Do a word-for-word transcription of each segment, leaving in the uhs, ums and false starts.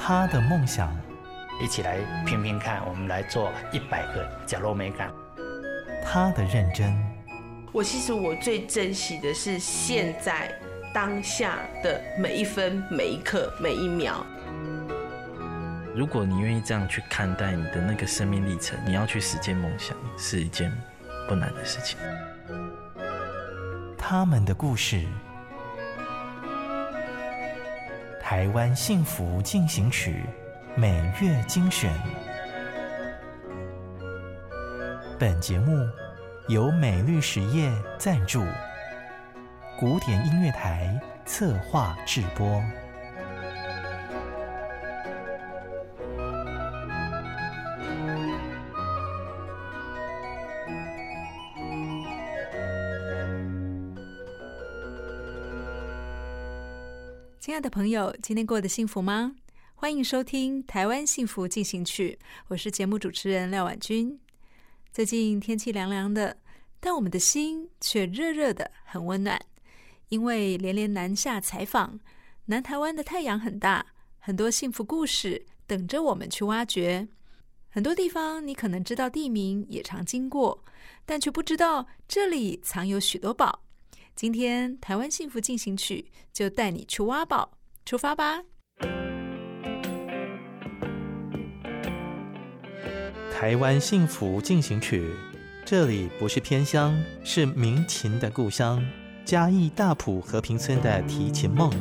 他的梦想， 一起来拼拼看，我们来做一百个角落美感。 他的认真， 我其实我最珍惜的是现在当下的每一分每一刻每一秒。 如果你愿意这样去看待你的那个生命历程，你要去实践梦想是一件不难的事情。 他们的故事，台湾幸福进行曲每月精选。本节目由美律实业赞助，古典音乐台策划制播。 亲爱的朋友，今天过得幸福吗？欢迎收听台湾幸福进行曲，我是节目主持人廖婉君。最近天气凉凉的，但我们的心却热热的，很温暖。因为连连南下采访，南台湾的太阳很大，很多幸福故事等着我们去挖掘。很多地方你可能知道地名，也常经过，但却不知道这里藏有许多宝。今天台湾幸福进行曲就带你去挖宝，出发吧！ 台湾幸福进行曲，这里不是偏乡，是民情的故乡，嘉义大埔和平村的提琴梦。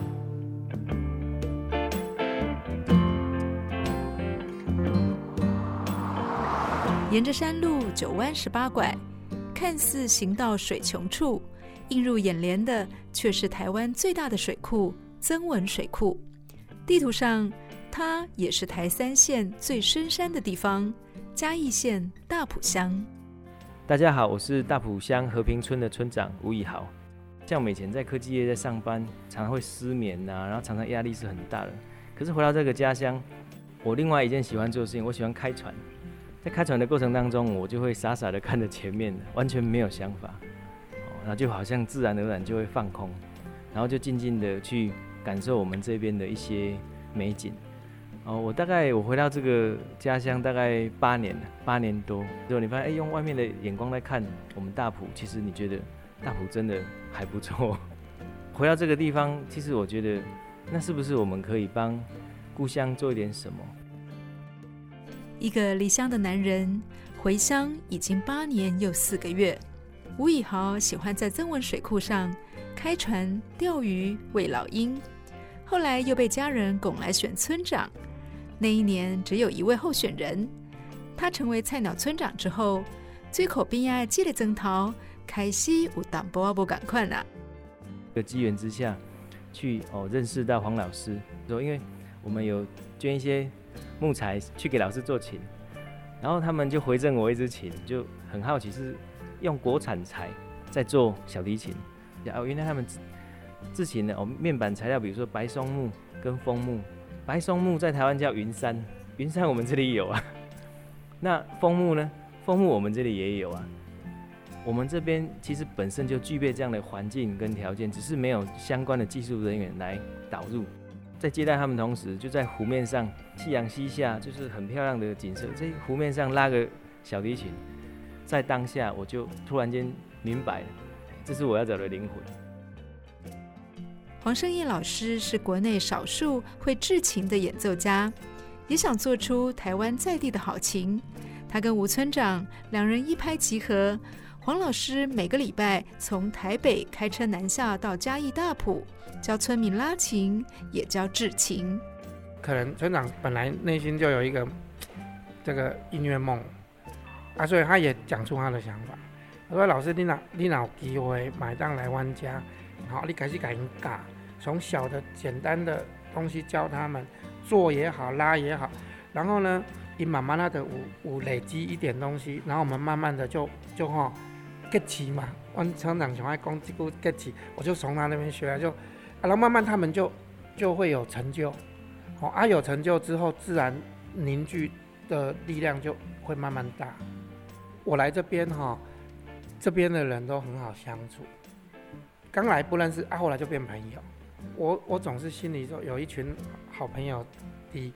沿着山路九弯十八拐，看似行到水穷处，映入眼帘的却是台湾最大的水库曾文水库。地图上，它也是台三线最深山的地方，嘉义县大埔乡。 大家好，我是大埔乡和平村的村长吴以豪。像我们以前在科技业在上班，常常会失眠啊，然后常常压力是很大的。可是回到这个家乡，我另外一件喜欢做的事情，我喜欢开船。在开船的过程当中，我就会傻傻的看着前面，完全没有想法，然后就好像自然而然就会放空，然后就静静的去感受我们这边的一些美景。哦，我大概我回到这个家乡大概八年了，八年多之后，你发现，哎，用外面的眼光来看我们大埔，其实你觉得大埔真的还不错。回到这个地方，其实我觉得，那是不是我们可以帮故乡做一点什么？ 一个离乡的男人回乡已经八年又四个月。吴以豪喜欢在曾文水库上开船钓鱼喂老鹰，后来又被家人拱来选村长。那一年只有一位候选人，他成为菜鸟村长之后，水口边啊积累增桃，开始有淡薄仔无同款啦。 这个机缘之下，去哦认识到黄老师，说因为我们有捐一些木材去给老师做琴，然后他们就回赠我一支琴，就很好奇是用国产材在做小提琴。哦，原来他们制琴的哦面板材料，比如说白松木跟枫木。白松木在台湾叫云杉，云杉我们这里有啊。那枫木呢？枫木我们这里也有啊。我们这边其实本身就具备这样的环境跟条件，只是没有相关的技术人员来导入。在接待他们同时，就在湖面上，夕阳西下，就是很漂亮的景色。在湖面上拉个小提琴，在当下我就突然间明白了，这是我要找的灵魂。 黄胜义老师是国内少数会制琴的演奏家，也想做出台湾在地的好琴。他跟吴村长两人一拍即合，黄老师每个礼拜从台北开车南下到嘉义大埔，教村民拉琴，也教制琴。 可能村长本来内心就有一个这个音乐梦啊，所以他也讲出他的想法。他说：“老师，你哪你哪有机会买当来阮家？好，你开始给人教，从小的简单的东西教他们做也好，拉也好，然后呢，你慢慢的有有累积一点东西，然后我们慢慢的就就哈结起嘛。阮村长想爱讲这句结起，我就从他那边学来，就、啊、然后慢慢他们就就会有成就。哦，啊，有成就之后，自然凝聚的力量就会慢慢大。我来这边哈，这边的人都很好相处。刚来不认识，啊，后来就变朋友。我我总是心里有有一群好朋友的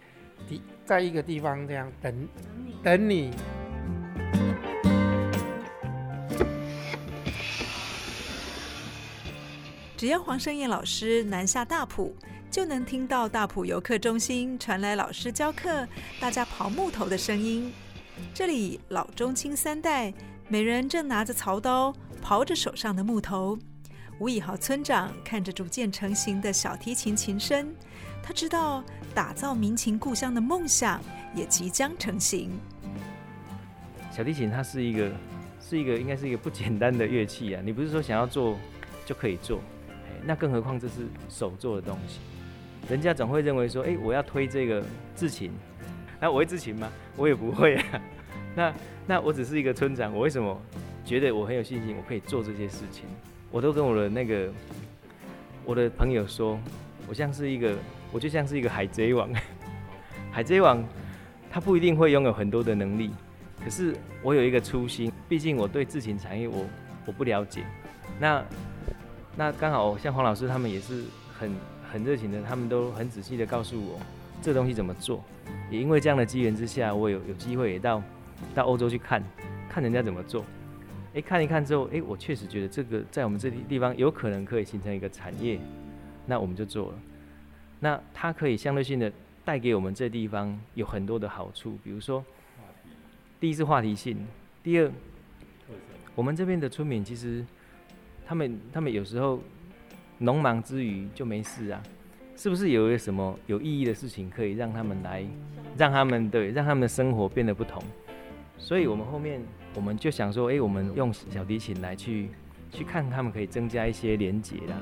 地在一个地方这样等等你。 只要黄胜燕老师南下大埔，就能听到大埔游客中心传来老师教课、大家刨木头的声音。这里老中青三代，每人正拿着槽刀刨着手上的木头。吴以豪村长看着逐渐成型的小提琴琴身，他知道打造民情故乡的梦想也即将成型。 小提琴它是一个是一个应该是一个不简单的乐器啊，你不是说想要做就可以做，那更何况这是手做的东西。人家总会认为说，哎、欸，我要推这个制琴，那我会制琴吗？我也不会啊。那那我只是一个村长，我为什么觉得我很有信心，我可以做这些事情？我都跟我的那个我的朋友说，我像是一个，我就像是一个海贼王。海贼王他不一定会拥有很多的能力，可是我有一个初心，毕竟我对制琴产业我我不了解。那那刚好像黄老师他们也是很很热情的，他们都很仔细的告诉我这东西怎么做。也因为这样的机缘之下，我有有机会也到到欧洲去看看人家怎么做。哎，看一看之后，哎，我确实觉得这个在我们这地方有可能可以形成一个产业，那我们就做了。那它可以相对性的带给我们这地方有很多的好处，比如说，第一是话题性，第二，我们这边的村民其实他们他们有时候农忙之余就没事啊，是不是有一个什么有意义的事情可以让他们来，让他们对让他们的生活变得不同？所以我们后面我们就想说，哎、欸，我们用小提琴来去去看他们可以增加一些连结啦。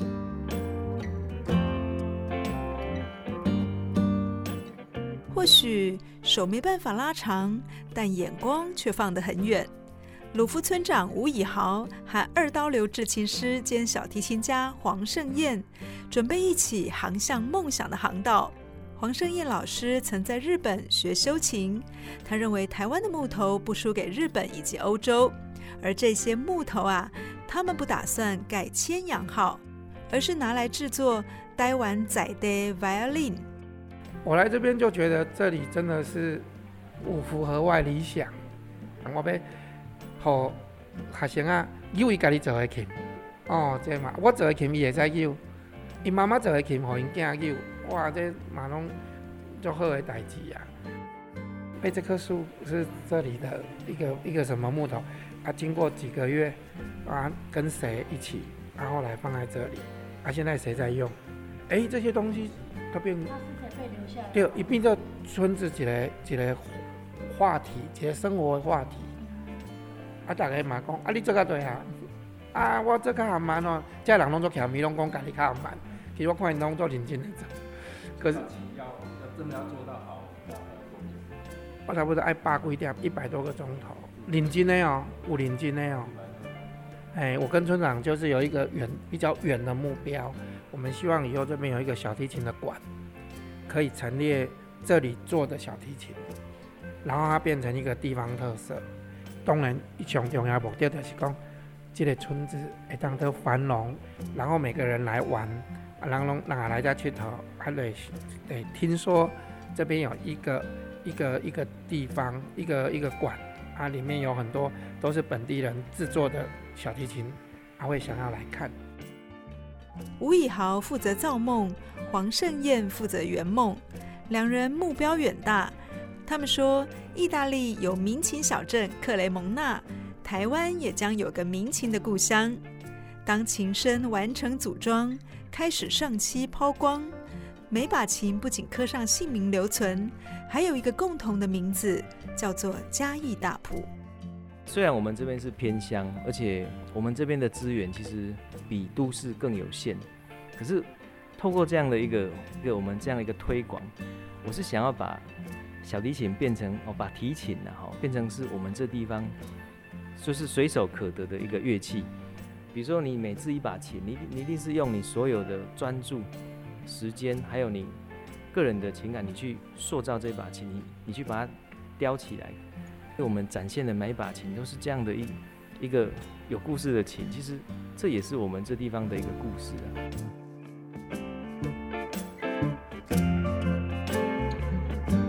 或许手没办法拉长，但眼光却放得很远。鲁夫村长吴以豪和二刀流制琴师兼小提琴家黄胜燕，准备一起航向梦想的航道。黄胜燕老师曾在日本学修琴，他认为台湾的木头不输给日本以及欧洲，而这些木头啊，他们不打算盖千阳号，而是拿来制作台湾在地 violin。 我来这边就觉得这里真的是有符合我的理想，我要互学生啊有伊家己做的琴，哦，这嘛我做的琴伊会使有，伊妈妈做的琴互因囝有，哇，这嘛拢足好的代志啊！哎，这棵树是这里的一个一个什么木头啊？经过几个月啊，跟谁一起，然后来放在这里啊？现在谁在用？哎，这些东西都变。对，伊变做村子一个一个话题，一个生活话题。啊，大家嘛讲，啊，你做较对啊，啊，我做较含慢哦。这人拢做徛咪，拢讲家己较含慢，其实我看因拢做认真的做。可是要真的要做到好，我差不多爱百几点，一百多个钟头，认真的哦，有认真的哦。哎，我跟村长就是有一个远比较远的目标，我们希望以后这边有一个小提琴的馆。可以陈列这里做的小提琴，然后它变成一个地方特色。当然，上重要的目的就是讲，这个村子会当得繁荣，然后每个人来玩，啊，人拢人来遮佚佗，还得得听说这边有一个一个一个地方，一个一个馆，啊，里面有很多都是本地人制作的小提琴，他会想要来看。 吴以豪负责造梦，黄胜燕负责圆梦，两人目标远大。他们说，意大利有民琴小镇克雷蒙纳，台湾也将有个民琴的故乡。当琴身完成组装，开始上漆抛光，每把琴不仅刻上姓名留存，还有一个共同的名字，叫做嘉义大埔。 虽然我们这边是偏乡，而且我们这边的资源其实比都市更有限，可是透过这样的一个一个我们这样的一个推广，我是想要把小提琴变成哦，把提琴啊哈变成是我们这地方就是随手可得的一个乐器。比如说你每制一把琴，你你一定是用你所有的专注、时间，还有你个人的情感，你去塑造这把琴，你你去把它雕起来。我们展现的每一把琴都是这样的一一个有故事的琴，其实这也是我们这地方的一个故事啊。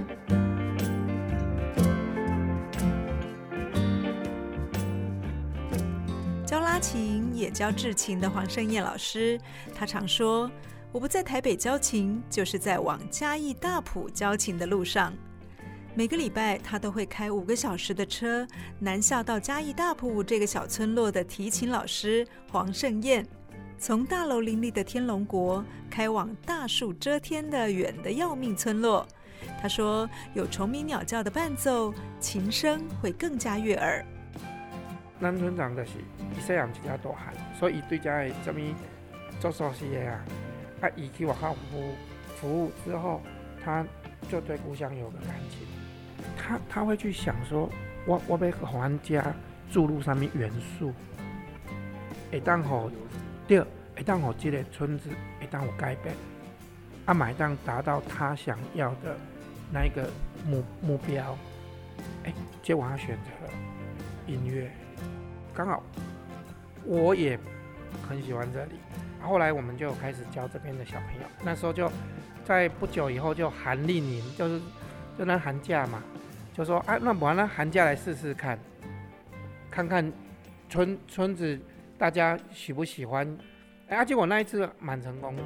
琴也教制琴的黄胜燕老师，他常说：“我不在台北教琴，就是在往嘉义大埔教琴的路上。”每个礼拜，他都会开五个小时的车，南下到嘉义大埔这个小村落的提琴老师黄胜燕，从大楼林立的天龙国开往大树遮天的远的要命村落。他说，有虫鸣鸟叫的伴奏，琴声会更加悦耳。 咱村长就是伊细汉一只大汉，所以伊对这个什么做熟悉的啊，啊，伊去外口服务服务之后，他就对故乡有个感情。他他会去想说，我我要给咱家注入什么元素，会当互对，会当互这个村子会当有改变，啊，买当达到他想要的那一个目目标。哎，结果他选择了音乐，刚好我也很喜欢这里。后来我们就开始教这边的小朋友，那时候就在不久以后就寒令营，就是就那寒假嘛。就说啊，那不然那寒假来试试看，看看村村子大家喜不喜欢。哎、啊，结果那一次蛮成功的。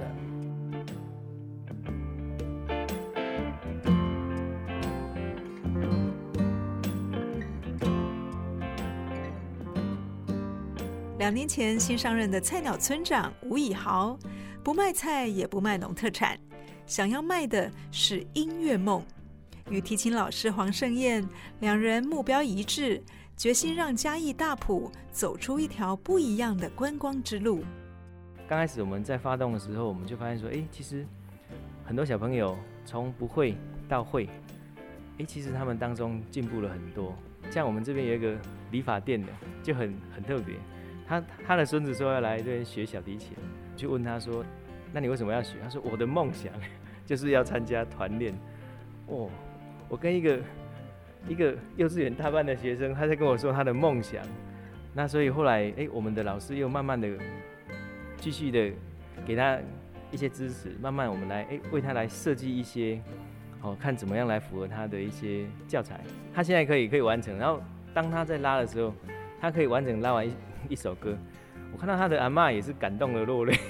两年前新上任的菜鸟村长吴以豪，不卖菜也不卖农特产，想要卖的是音乐梦。与提琴老师黄胜燕两人目标一致，决心让嘉义大埔走出一条不一样的观光之路。 刚开始我们在发动的时候，我们就发现说，哎，其实很多小朋友从不会到会，哎，其实他们当中进步了很多。像我们这边有一个理发店的，就很很特别，他他的孙子说要来这边学小提琴，就问他说，那你为什么要学？他说我的梦想就是要参加团练。哦。我跟一个一个幼稚园大班的学生，他在跟我说他的梦想，那所以后来，哎，我们的老师又慢慢的继续的给他一些支持，慢慢我们来，哎，为他来设计一些，哦，看怎么样来符合他的一些教材，他现在可以可以完成，然后当他在拉的时候，他可以完整拉完一一首歌，我看到他的阿嬷也是感动的落泪。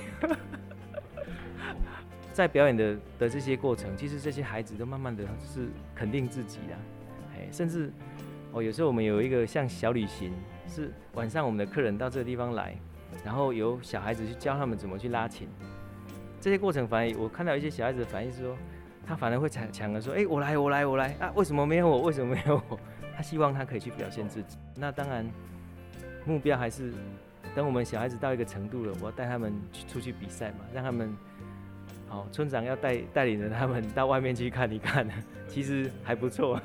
在表演 的, 的这些过程，其实这些孩子都慢慢的是肯定自己的，哎，甚至哦，有时候我们有一个像小旅行，是晚上我们的客人到这个地方来，然后由小孩子去教他们怎么去拉琴。这些过程反而我看到一些小孩子的反应是说，他反而会抢抢着说，哎，我来我来我来啊，为什么没有我？为什么没有我？他希望他可以去表现自己。那当然，目标还是等我们小孩子到一个程度了，我要带他们出去比赛嘛，让他们。好，村长要带带领着他们到外面去看一看，其实还不错。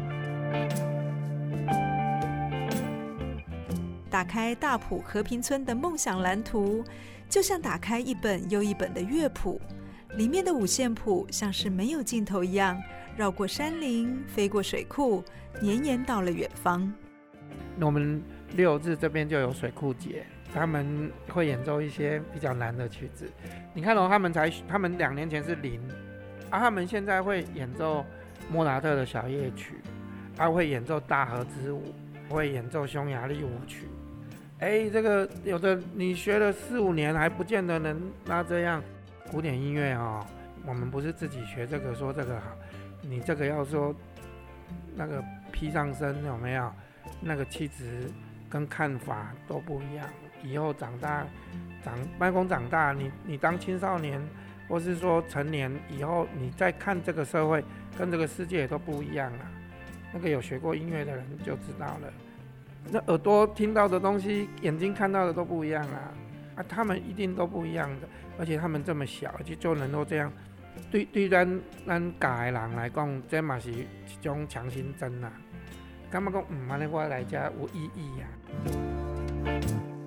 打开大埔和平村的梦想蓝图，就像打开一本又一本的乐谱，里面的五线谱像是没有尽头一样，绕过山林，飞过水库，绵延到了远方。 我们六日这边就有水库节。他们会演奏一些比较难的曲子，你看哦，他们才他们两年前是零，啊，他们现在会演奏莫扎特的小夜曲，啊，会演奏大和之舞，会演奏匈牙利舞曲。哎，这个有的你学了四五年还不见得能拉这样。古典音乐哦，我们不是自己学这个说这个好，你这个要说那个披上身有没有？那个气质跟看法都不一样。以后长大，长慢工长大，你你当青少年，或是说成年以后，你再看这个社会跟这个世界都不一样了。那个有学过音乐的人就知道了，那耳朵听到的东西，眼睛看到的都不一样啊！啊，他们一定都不一样的，而且他们这么小，而且就能够这样，对对咱咱家的人来讲，这嘛是一种强心针啊！感觉讲，嗯，安尼我来这有意义啊。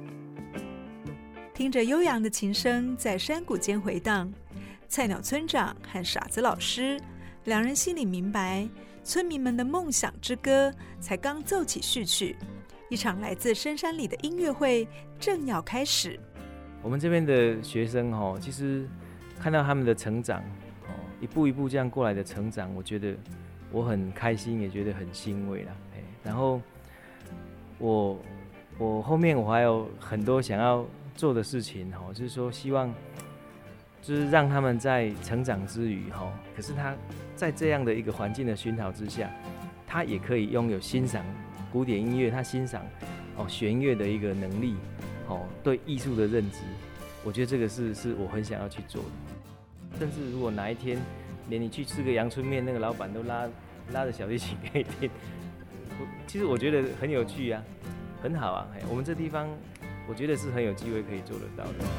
听着悠扬的琴声在山谷间回荡，菜鸟村长和傻子老师两人心里明白，村民们的梦想之歌才刚奏起序曲，一场来自深山里的音乐会正要开始。 我们这边的学生哦，其实看到他们的成长哦，一步一步这样过来的成长，我觉得我很开心，也觉得很欣慰啦。然后我我后面我还有很多想要做的事情哈，就是说希望就是让他们在成长之余哈，可是他在这样的一个环境的熏陶之下，他也可以拥有欣赏古典音乐，他欣赏哦弦乐的一个能力，哦对艺术的认知，我觉得这个是是我很想要去做的。甚至如果哪一天连你去吃个阳春面，那个老板都拉拉着小提琴给你听，其实我觉得很有趣啊，很好啊。我们这地方我觉得是很有机会可以做得到的。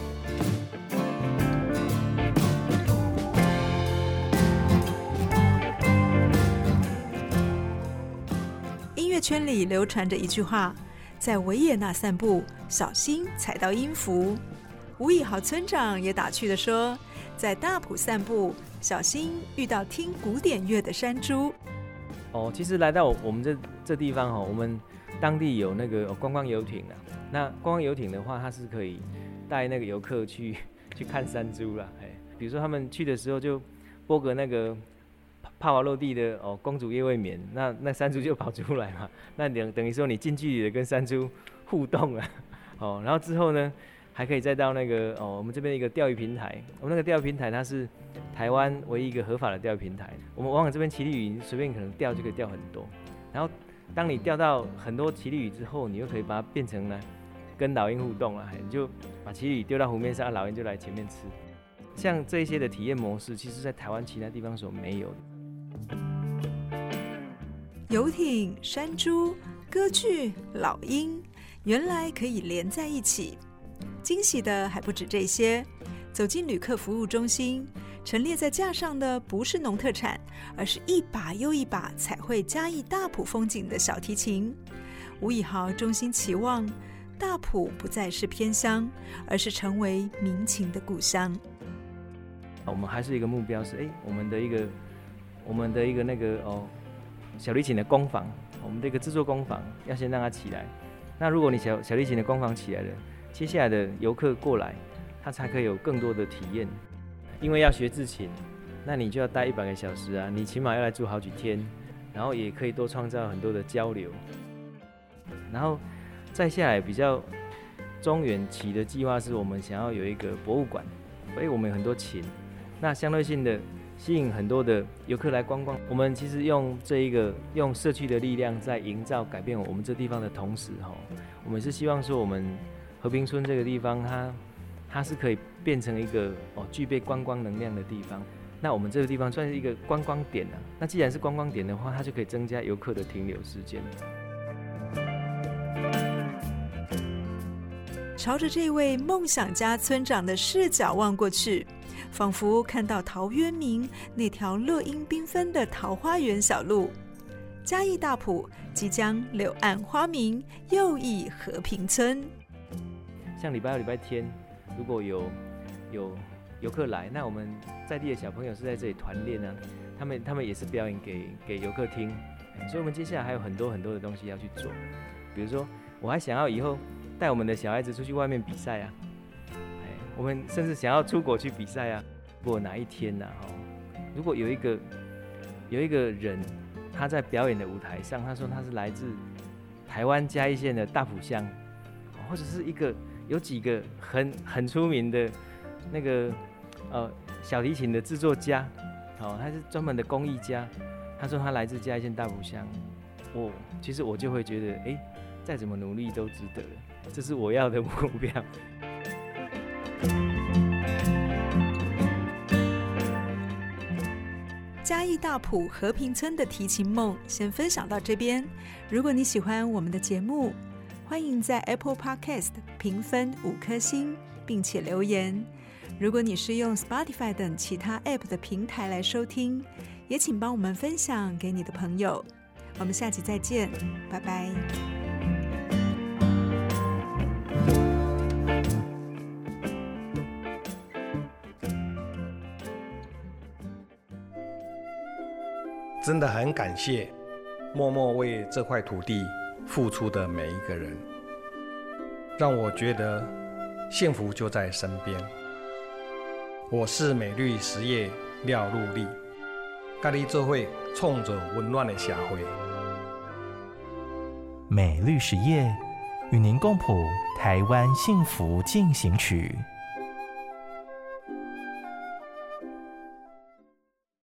音乐圈里流传着一句话，在维也纳散步，小心踩到音符。吴以豪村长也打趣地说，在大埔散步，小心遇到听古典乐的山猪。 哦，其实来到我们这这地方哦，我们当地有那个观光游艇啊。那观光游艇的话，它是可以带那个游客去去看山猪啦。哎，比如说他们去的时候就播个那个帕瓦罗蒂的哦《公主夜未眠》，那那山猪就跑出来嘛。那等等于说你近距离的跟山猪互动啊。哦，然后之后呢？还可以再到那个哦，我们这边一个钓鱼平台，我们那个钓鱼平台它是台湾唯一一个合法的钓鱼平台。我们往往这边旗鲤鱼随便可能钓就可以钓很多，然后当你钓到很多旗鲤鱼之后，你又可以把它变成呢跟老鹰互动了，你就把旗鲤鱼丢到湖面上，老鹰就来前面吃。像这一些的体验模式，其实在台湾其他地方所没有的。 游艇、山猪、歌剧、老鹰，原来可以连在一起。惊喜的还不止这些，走进旅客服务中心，陈列在架上的不是农特产，而是一把又一把彩绘嘉义大埔风景的小提琴。吴以豪衷心期望大埔不再是偏乡，而是成为民情的故乡。 我们还是一个目标是，哎，我们的一个我们的一个那个哦小提琴的工坊，我们的一个制作工坊要先让它起来。那如果你小小提琴的工坊起来了，接下来的游客过来，他才可以有更多的体验。因为要学制琴，那你就要待一百个小时啊，你起码要来住好几天，然后也可以多创造很多的交流。然后再下来比较中远期的计划是，我们想要有一个博物馆，所以我们有很多琴，那相对性的吸引很多的游客来观光。我们其实用这一个用社区的力量在营造改变我们这地方的同时，我们是希望说我们和平村这个地方，它它是可以变成一个哦具备观光能量的地方。那我们这个地方算是一个观光点啊。那既然是观光点的话，它就可以增加游客的停留时间。 朝着这位梦想家村长的视角望过去，仿佛看到陶渊明那条落英缤纷的桃花源小路。嘉义大埔即将柳暗花明，又一和平村。 像礼拜六、礼拜天，如果有有游客来，那我们在地的小朋友是在这里团练啊，他们他们也是表演给给游客听，所以我们接下来还有很多很多的东西要去做。比如说，我还想要以后带我们的小孩子出去外面比赛啊，我们甚至想要出国去比赛啊。如果哪一天呢、啊，如果有一个有一个人他在表演的舞台上，他说他是来自台湾嘉义县的大埔乡，或者是一个有几个很很出名的那个呃小提琴的制作家，哦，他是专门的工艺家。他说他来自嘉义县大埔乡，我其实我就会觉得，哎，再怎么努力都值得，这是我要的目标。 嘉义大埔和平村的提琴梦先分享到这边。如果你喜欢我们的节目，欢迎在 Apple Podcast 评分五颗星，并且留言。如果你是用 Spotify 等其他 App 的平台来收听，也请帮我们分享给你的朋友。我们下期再见，拜拜。 真的很感谢默默为这块土地付出的每一个人，让我觉得幸福就在身边。我是美绿实业廖陆力，跟你做伙创造温暖的社会。 美绿实业与您共谱台湾幸福进行曲。